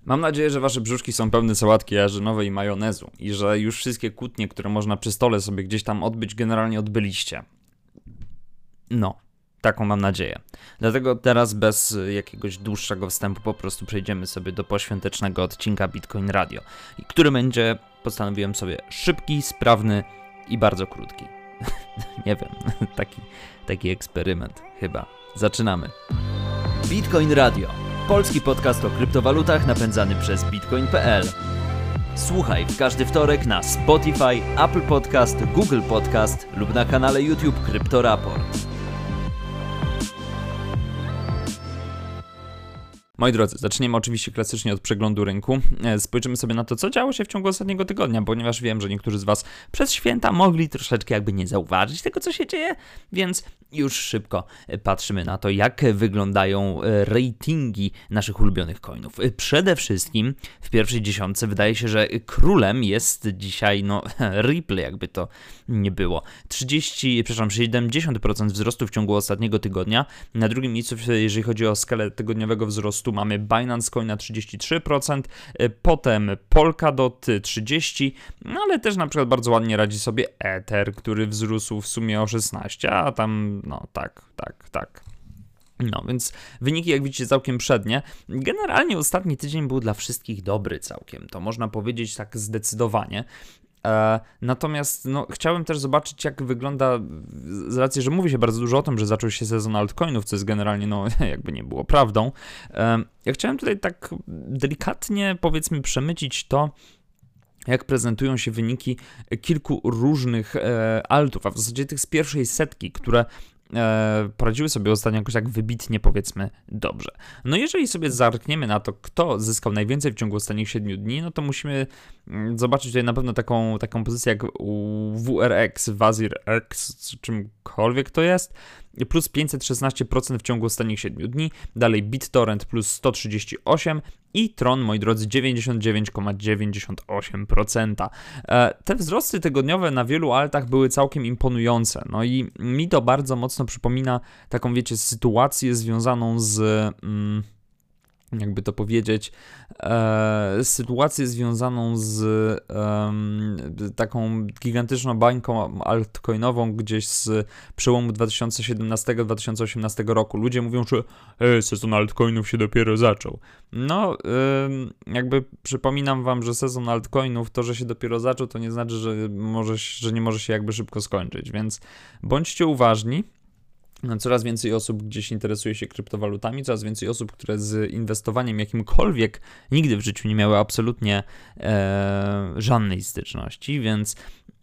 Mam nadzieję, że wasze brzuszki są pełne sałatki jarzynowej i majonezu i że już wszystkie kłótnie, które można przy stole sobie gdzieś tam odbyć, generalnie odbyliście. No, taką mam nadzieję. Dlatego teraz bez jakiegoś dłuższego wstępu po prostu przejdziemy sobie do poświątecznego odcinka Bitcoin Radio, który będzie, postanowiłem sobie, szybki, sprawny i bardzo krótki. Nie wiem, taki eksperyment chyba. Zaczynamy. Bitcoin Radio. Polski podcast o kryptowalutach napędzany przez bitcoin.pl. Słuchaj w każdy wtorek na Spotify, Apple Podcast, Google Podcast lub na kanale YouTube Kryptoraport. Moi drodzy, zaczniemy oczywiście klasycznie od przeglądu rynku. Spojrzymy sobie na to, co działo się w ciągu ostatniego tygodnia, ponieważ wiem, że niektórzy z was przez święta mogli troszeczkę jakby nie zauważyć tego, co się dzieje, więc już szybko patrzymy na to, jak wyglądają ratingi naszych ulubionych coinów. Przede wszystkim w pierwszej dziesiątce wydaje się, że królem jest dzisiaj, Ripple, jakby to nie było. 70% wzrostu w ciągu ostatniego tygodnia. Na drugim miejscu, jeżeli chodzi o skalę tygodniowego wzrostu, mamy Binance Coin na 33%, potem Polkadot 30%, ale też na przykład bardzo ładnie radzi sobie Ether, który wzrósł w sumie o 16%, a tam, tak. No, więc wyniki, jak widzicie, całkiem przednie. Generalnie ostatni tydzień był dla wszystkich dobry całkiem, to można powiedzieć tak zdecydowanie. Natomiast chciałem też zobaczyć, jak wygląda, z racji, że mówi się bardzo dużo o tym, że zaczął się sezon altcoinów, co jest generalnie, jakby nie było prawdą. Ja chciałem tutaj tak delikatnie, powiedzmy, przemycić to, jak prezentują się wyniki kilku różnych altów, a w zasadzie tych z pierwszej setki, które poradziły sobie ostatnio jakoś tak wybitnie, powiedzmy, dobrze. No jeżeli sobie zerkniemy na to, kto zyskał najwięcej w ciągu ostatnich 7 dni, no to musimy zobaczyć tutaj na pewno taką pozycję jak WRX, WazirX, czymkolwiek to jest, plus 516% w ciągu ostatnich 7 dni, dalej BitTorrent plus 138% i Tron, moi drodzy, 99,98%. Te wzrosty tygodniowe na wielu altach były całkiem imponujące, no i mi to bardzo mocno przypomina taką, wiecie, sytuację związaną z... jakby to powiedzieć, sytuację związaną z taką gigantyczną bańką altcoinową gdzieś z przełomu 2017-2018 roku. Ludzie mówią, że sezon altcoinów się dopiero zaczął. Jakby przypominam wam, że sezon altcoinów, to, że się dopiero zaczął, to nie znaczy, że nie może się jakby szybko skończyć, więc bądźcie uważni. Coraz więcej osób gdzieś interesuje się kryptowalutami, coraz więcej osób, które z inwestowaniem jakimkolwiek nigdy w życiu nie miały absolutnie żadnej styczności, więc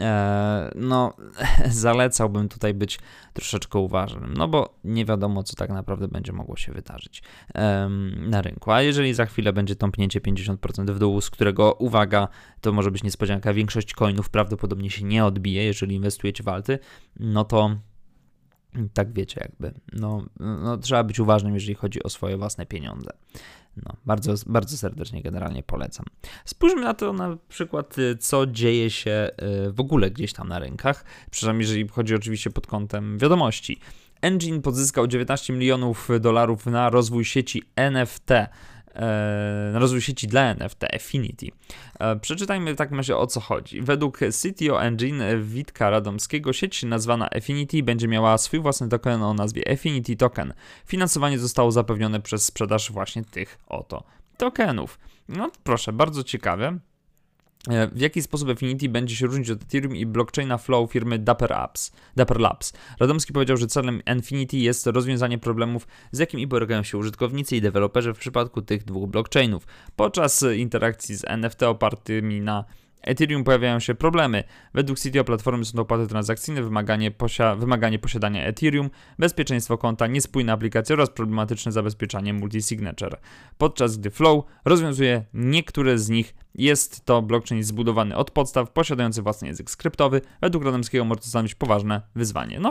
zalecałbym tutaj być troszeczkę uważnym, bo nie wiadomo, co tak naprawdę będzie mogło się wydarzyć na rynku. A jeżeli za chwilę będzie tąpnięcie 50% w dół, z którego, uwaga, to może być niespodzianka, większość coinów prawdopodobnie się nie odbije, jeżeli inwestujecie w alty, to tak wiecie, jakby, trzeba być uważnym, jeżeli chodzi o swoje własne pieniądze. Bardzo, bardzo serdecznie generalnie polecam. Spójrzmy na to na przykład, co dzieje się w ogóle gdzieś tam na rynkach, przynajmniej jeżeli chodzi oczywiście pod kątem wiadomości. Engine pozyskał $19 milionów na rozwój sieci NFT, na rozwój sieci dla NFT, Affinity. Przeczytajmy w takim razie, o co chodzi. Według CTO Engine Witka Radomskiego sieć nazwana Affinity będzie miała swój własny token o nazwie Affinity Token. Finansowanie zostało zapewnione przez sprzedaż właśnie tych oto tokenów. Proszę, bardzo ciekawe. W jaki sposób Affinity będzie się różnić od Ethereum i blockchaina Flow firmy Dapper Labs. Radomski powiedział, że celem Affinity jest rozwiązanie problemów, z jakimi borykają się użytkownicy i deweloperzy w przypadku tych dwóch blockchainów. Podczas interakcji z NFT opartymi na Ethereum pojawiają się problemy. Według CTO platformy są to opłaty transakcyjne, wymaganie posiadania Ethereum, bezpieczeństwo konta, niespójna aplikacja oraz problematyczne zabezpieczanie multisignature. Podczas gdy Flow rozwiązuje niektóre z nich, jest to blockchain zbudowany od podstaw, posiadający własny język skryptowy. Według Radomskiego może to stanowić poważne wyzwanie.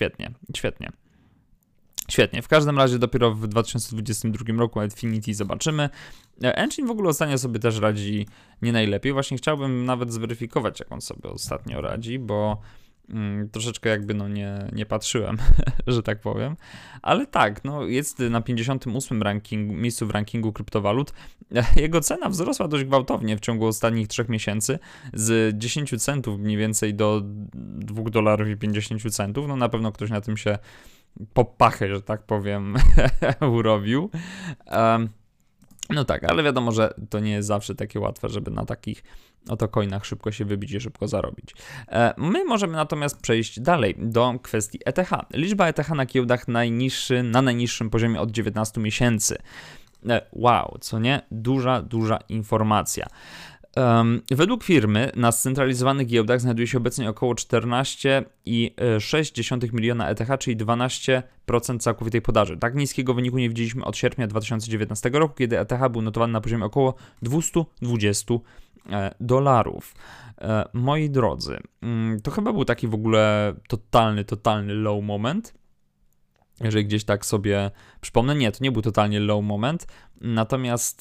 Świetnie, w każdym razie dopiero w 2022 roku Affinity zobaczymy. Engine w ogóle ostatnio sobie też radzi nie najlepiej. Właśnie chciałbym nawet zweryfikować, jak on sobie ostatnio radzi, bo Troszeczkę jakby nie patrzyłem, że tak powiem, ale tak, jest na 58 miejscu w rankingu kryptowalut. Jego cena wzrosła dość gwałtownie w ciągu ostatnich 3 miesięcy z 10 centów mniej więcej do $2,50. Na pewno ktoś na tym się po pachę, że tak powiem, urobił. No tak, ale wiadomo, że to nie jest zawsze takie łatwe, żeby na takich oto coinach szybko się wybić i szybko zarobić. My możemy natomiast przejść dalej do kwestii ETH. Liczba ETH na giełdach na najniższym poziomie od 19 miesięcy. Wow, co nie? Duża informacja. Według firmy na scentralizowanych giełdach znajduje się obecnie około 14,6 miliona ETH, czyli 12% całkowitej podaży. Tak niskiego wyniku nie widzieliśmy od sierpnia 2019 roku, kiedy ETH był notowany na poziomie około $220. Moi drodzy, to chyba był taki w ogóle totalny low moment. Jeżeli gdzieś tak sobie przypomnę, nie, to nie był totalnie low moment, natomiast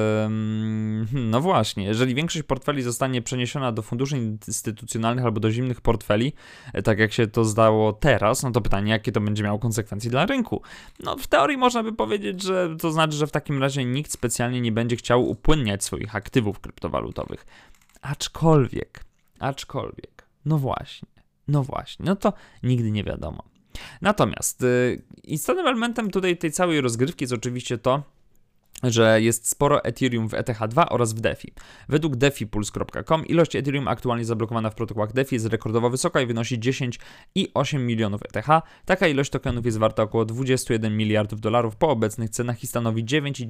no właśnie, jeżeli większość portfeli zostanie przeniesiona do funduszy instytucjonalnych albo do zimnych portfeli, tak jak się to zdało teraz, no to pytanie, jakie to będzie miało konsekwencje dla rynku. No w teorii można by powiedzieć, że to znaczy, że w takim razie nikt specjalnie nie będzie chciał upłynniać swoich aktywów kryptowalutowych. Aczkolwiek, no właśnie, no to nigdy nie wiadomo. Natomiast istotnym elementem tutaj tej całej rozgrywki jest oczywiście to, że jest sporo Ethereum w ETH2 oraz w DeFi. Według defipulse.com ilość Ethereum aktualnie zablokowana w protokołach DeFi jest rekordowo wysoka i wynosi 10,8 milionów ETH. Taka ilość tokenów jest warta około $21 miliardów po obecnych cenach i stanowi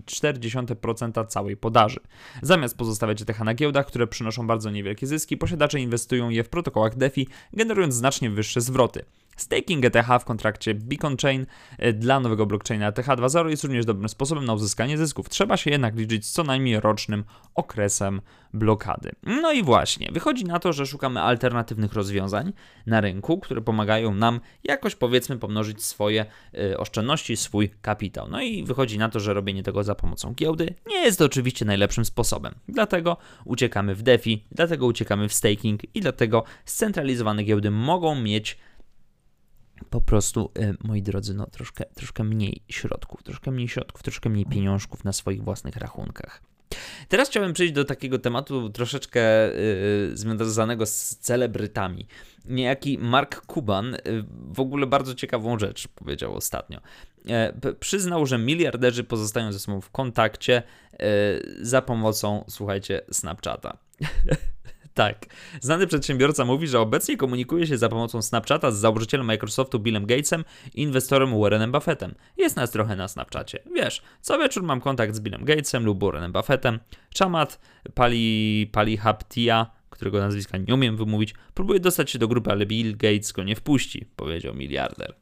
9,4% całej podaży. Zamiast pozostawiać ETH na giełdach, które przynoszą bardzo niewielkie zyski, posiadacze inwestują je w protokołach DeFi, generując znacznie wyższe zwroty. Staking ETH w kontrakcie Beacon Chain dla nowego blockchaina ETH 2.0 jest również dobrym sposobem na uzyskanie zysków. Trzeba się jednak liczyć z co najmniej rocznym okresem blokady. No i właśnie, wychodzi na to, że szukamy alternatywnych rozwiązań na rynku, które pomagają nam jakoś powiedzmy pomnożyć swoje oszczędności, swój kapitał. No i wychodzi na to, że robienie tego za pomocą giełdy nie jest to oczywiście najlepszym sposobem. Dlatego uciekamy w DeFi, dlatego uciekamy w staking i dlatego scentralizowane giełdy mogą mieć po prostu, moi drodzy, troszkę mniej środków, troszkę mniej pieniążków na swoich własnych rachunkach. Teraz chciałem przejść do takiego tematu troszeczkę związanego z celebrytami. Niejaki Mark Cuban w ogóle bardzo ciekawą rzecz powiedział ostatnio. Przyznał, że miliarderzy pozostają ze sobą w kontakcie za pomocą, słuchajcie, Snapchata. Tak. Znany przedsiębiorca mówi, że obecnie komunikuje się za pomocą Snapchata z założycielem Microsoftu Billem Gatesem i inwestorem Warrenem Buffettem. Jest nas trochę na Snapchacie. Wiesz, co wieczór mam kontakt z Billem Gatesem lub Warrenem Buffettem. Chamat Palihapitiya, którego nazwiska nie umiem wymówić, próbuje dostać się do grupy, ale Bill Gates go nie wpuści, powiedział miliarder.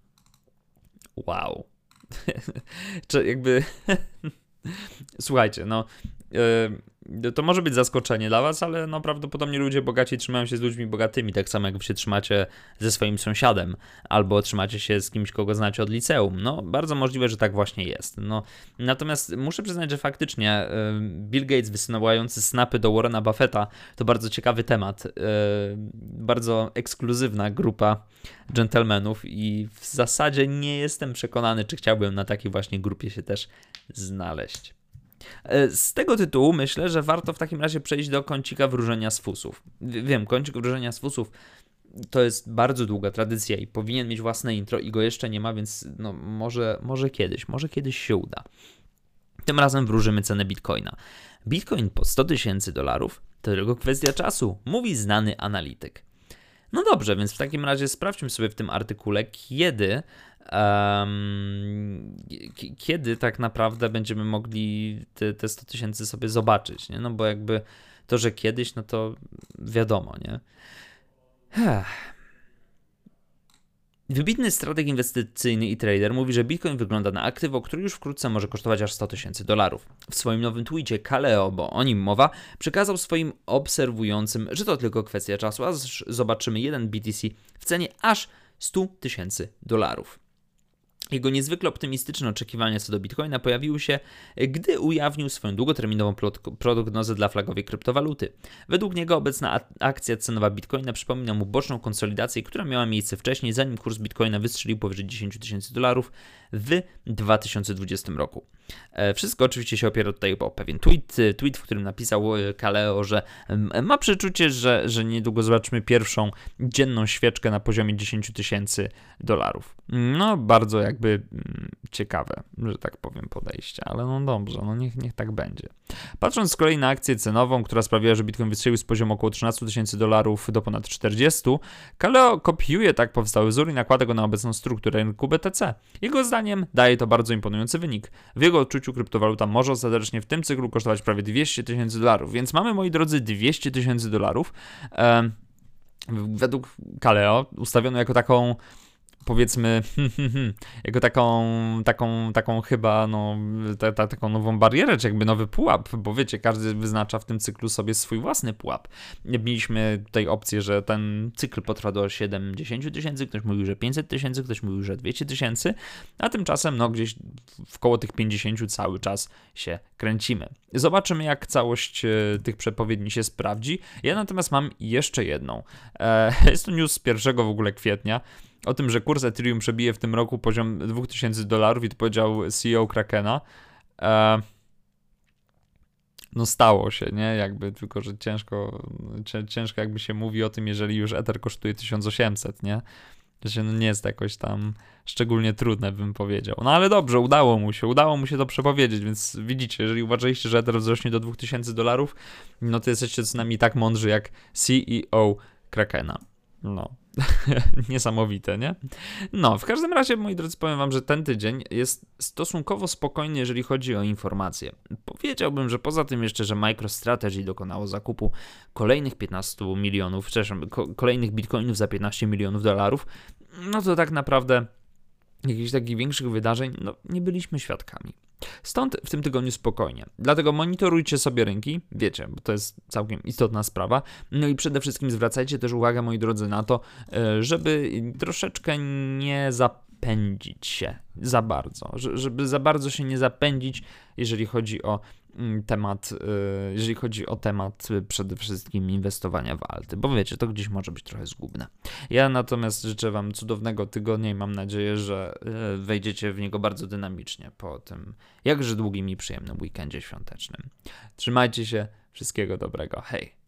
Wow. Jakby... Słuchajcie, to może być zaskoczenie dla was, ale prawdopodobnie ludzie bogaci trzymają się z ludźmi bogatymi, tak samo jak wy się trzymacie ze swoim sąsiadem, albo trzymacie się z kimś, kogo znacie od liceum. Bardzo możliwe, że tak właśnie jest. Natomiast muszę przyznać, że faktycznie Bill Gates wysyłający snapy do Warrena Buffetta to bardzo ciekawy temat, bardzo ekskluzywna grupa dżentelmenów i w zasadzie nie jestem przekonany, czy chciałbym na takiej właśnie grupie się też znaleźć. Z tego tytułu myślę, że warto w takim razie przejść do kącika wróżenia z fusów. Wiem, kącik wróżenia z fusów to jest bardzo długa tradycja i powinien mieć własne intro i go jeszcze nie ma, więc może kiedyś się uda. Tym razem wróżymy cenę Bitcoina. Bitcoin po $100,000 to tylko kwestia czasu, mówi znany analityk. No dobrze, więc w takim razie sprawdźmy sobie w tym artykule, kiedy tak naprawdę będziemy mogli te 100,000 sobie zobaczyć, nie? Bo jakby to, że kiedyś, to wiadomo, nie? Wybitny strateg inwestycyjny i trader mówi, że Bitcoin wygląda na aktywo, które już wkrótce może kosztować aż $100,000. W swoim nowym tweetie Kaleo, bo o nim mowa, przekazał swoim obserwującym, że to tylko kwestia czasu, aż zobaczymy jeden BTC w cenie aż $100,000. Jego niezwykle optymistyczne oczekiwania co do Bitcoina pojawiły się, gdy ujawnił swoją długoterminową prognozę dla flagowej kryptowaluty. Według niego obecna akcja cenowa Bitcoina przypomina mu boczną konsolidację, która miała miejsce wcześniej, zanim kurs Bitcoina wystrzelił powyżej $10,000 w 2020 roku. Wszystko oczywiście się opiera tutaj o pewien tweet, w którym napisał Kaleo, że ma przeczucie, że niedługo zobaczymy pierwszą dzienną świeczkę na poziomie $10,000. No, bardzo jakby ciekawe, że tak powiem, podejście, ale no dobrze, no niech tak będzie. Patrząc z kolei na akcję cenową, która sprawiła, że Bitcoin wystrzelił z poziomu około $13,000 do ponad 40, Kaleo kopiuje tak powstały wzór i nakłada go na obecną strukturę rynku BTC. Jego zdaniem daje to bardzo imponujący wynik. W jego odczuciu kryptowaluta może ostatecznie w tym cyklu kosztować prawie $200,000, więc mamy, moi drodzy, $200,000 według Kaleo ustawiono jako taką, powiedzmy, jako taką chyba, no, taką nową barierę, czy jakby nowy pułap, bo wiecie, każdy wyznacza w tym cyklu sobie swój własny pułap. Mieliśmy tutaj opcję, że ten cykl potrwa do 70,000, ktoś mówił, że 500,000, ktoś mówił, że 200,000, a tymczasem, no, gdzieś wkoło tych 50 cały czas się kręcimy. Zobaczymy, jak całość tych przepowiedni się sprawdzi. Ja natomiast mam jeszcze jedną. Jest to news z 1 w ogóle kwietnia, o tym, że kurs Ethereum przebije w tym roku poziom $2,000 i to powiedział CEO Krakena. No stało się, nie? Jakby, tylko że ciężko jakby się mówi o tym, jeżeli już Ether kosztuje 1800, nie? To się nie jest jakoś tam szczególnie trudne, bym powiedział. No ale dobrze, udało mu się to przepowiedzieć, więc widzicie, jeżeli uważaliście, że Ether wzrośnie do $2,000, no to jesteście co najmniej tak mądrzy jak CEO Krakena. No. Niesamowite, nie? No, w każdym razie, moi drodzy, powiem wam, że ten tydzień jest stosunkowo spokojny, jeżeli chodzi o informacje. Powiedziałbym, że poza tym jeszcze, że MicroStrategy dokonało zakupu kolejnych 15 milionów, kolejnych bitcoinów za $15 milionów, no to tak naprawdę jakichś takich większych wydarzeń, no, nie byliśmy świadkami. Stąd w tym tygodniu spokojnie. Dlatego monitorujcie sobie rynki, wiecie, bo to jest całkiem istotna sprawa. No i przede wszystkim zwracajcie też uwagę, moi drodzy, na to, żeby troszeczkę nie zapędzić się za bardzo. Żeby za bardzo się nie zapędzić, jeżeli chodzi o temat przede wszystkim inwestowania w alty, bo wiecie, to gdzieś może być trochę zgubne. Ja natomiast życzę wam cudownego tygodnia i mam nadzieję, że wejdziecie w niego bardzo dynamicznie po tym jakże długim i przyjemnym weekendzie świątecznym. Trzymajcie się, wszystkiego dobrego, hej!